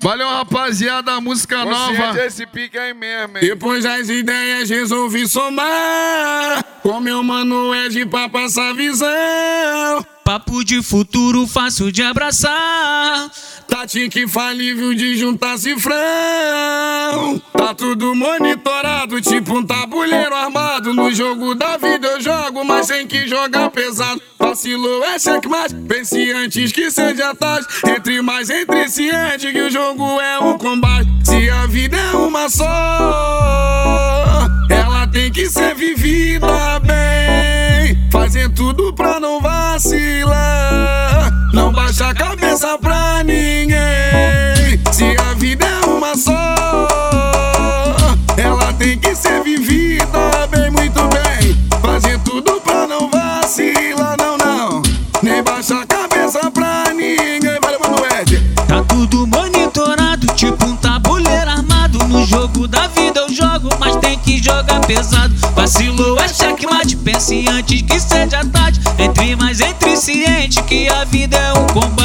Valeu, rapaziada, música nova. Esse pique aí mesmo, hein? Depois das ideias resolvi somar com meu mano Ed pra passar visão. Papo de futuro fácil de abraçar. Tática infalível de juntar cifrão. Tá tudo monitorado, tipo um tabuleiro armado. No jogo da vida eu jogo, mas tem que jogar pesado. Vacilou é checkmate, pense antes que seja tarde. Entre mais, entre ciente que o jogo é um combate. Se a vida é uma só, ela tem que ser vivida bem. Fazendo tudo pra não vacilar, não baixa a cabeça pra ninguém. Se a vida é uma só, ela tem que ser vivida bem, muito bem. Fazendo tudo pra não vacilar, não, nem baixa a cabeça pra ninguém. Valeu, mano Ed. Tá tudo monitorado, tipo um tabuleiro armado. No jogo da vida eu jogo, mas tem que jogar pesado. Vacilou é checkmate, pense antes que seja tarde. Entre mais, entre ciente que a vida é um combate.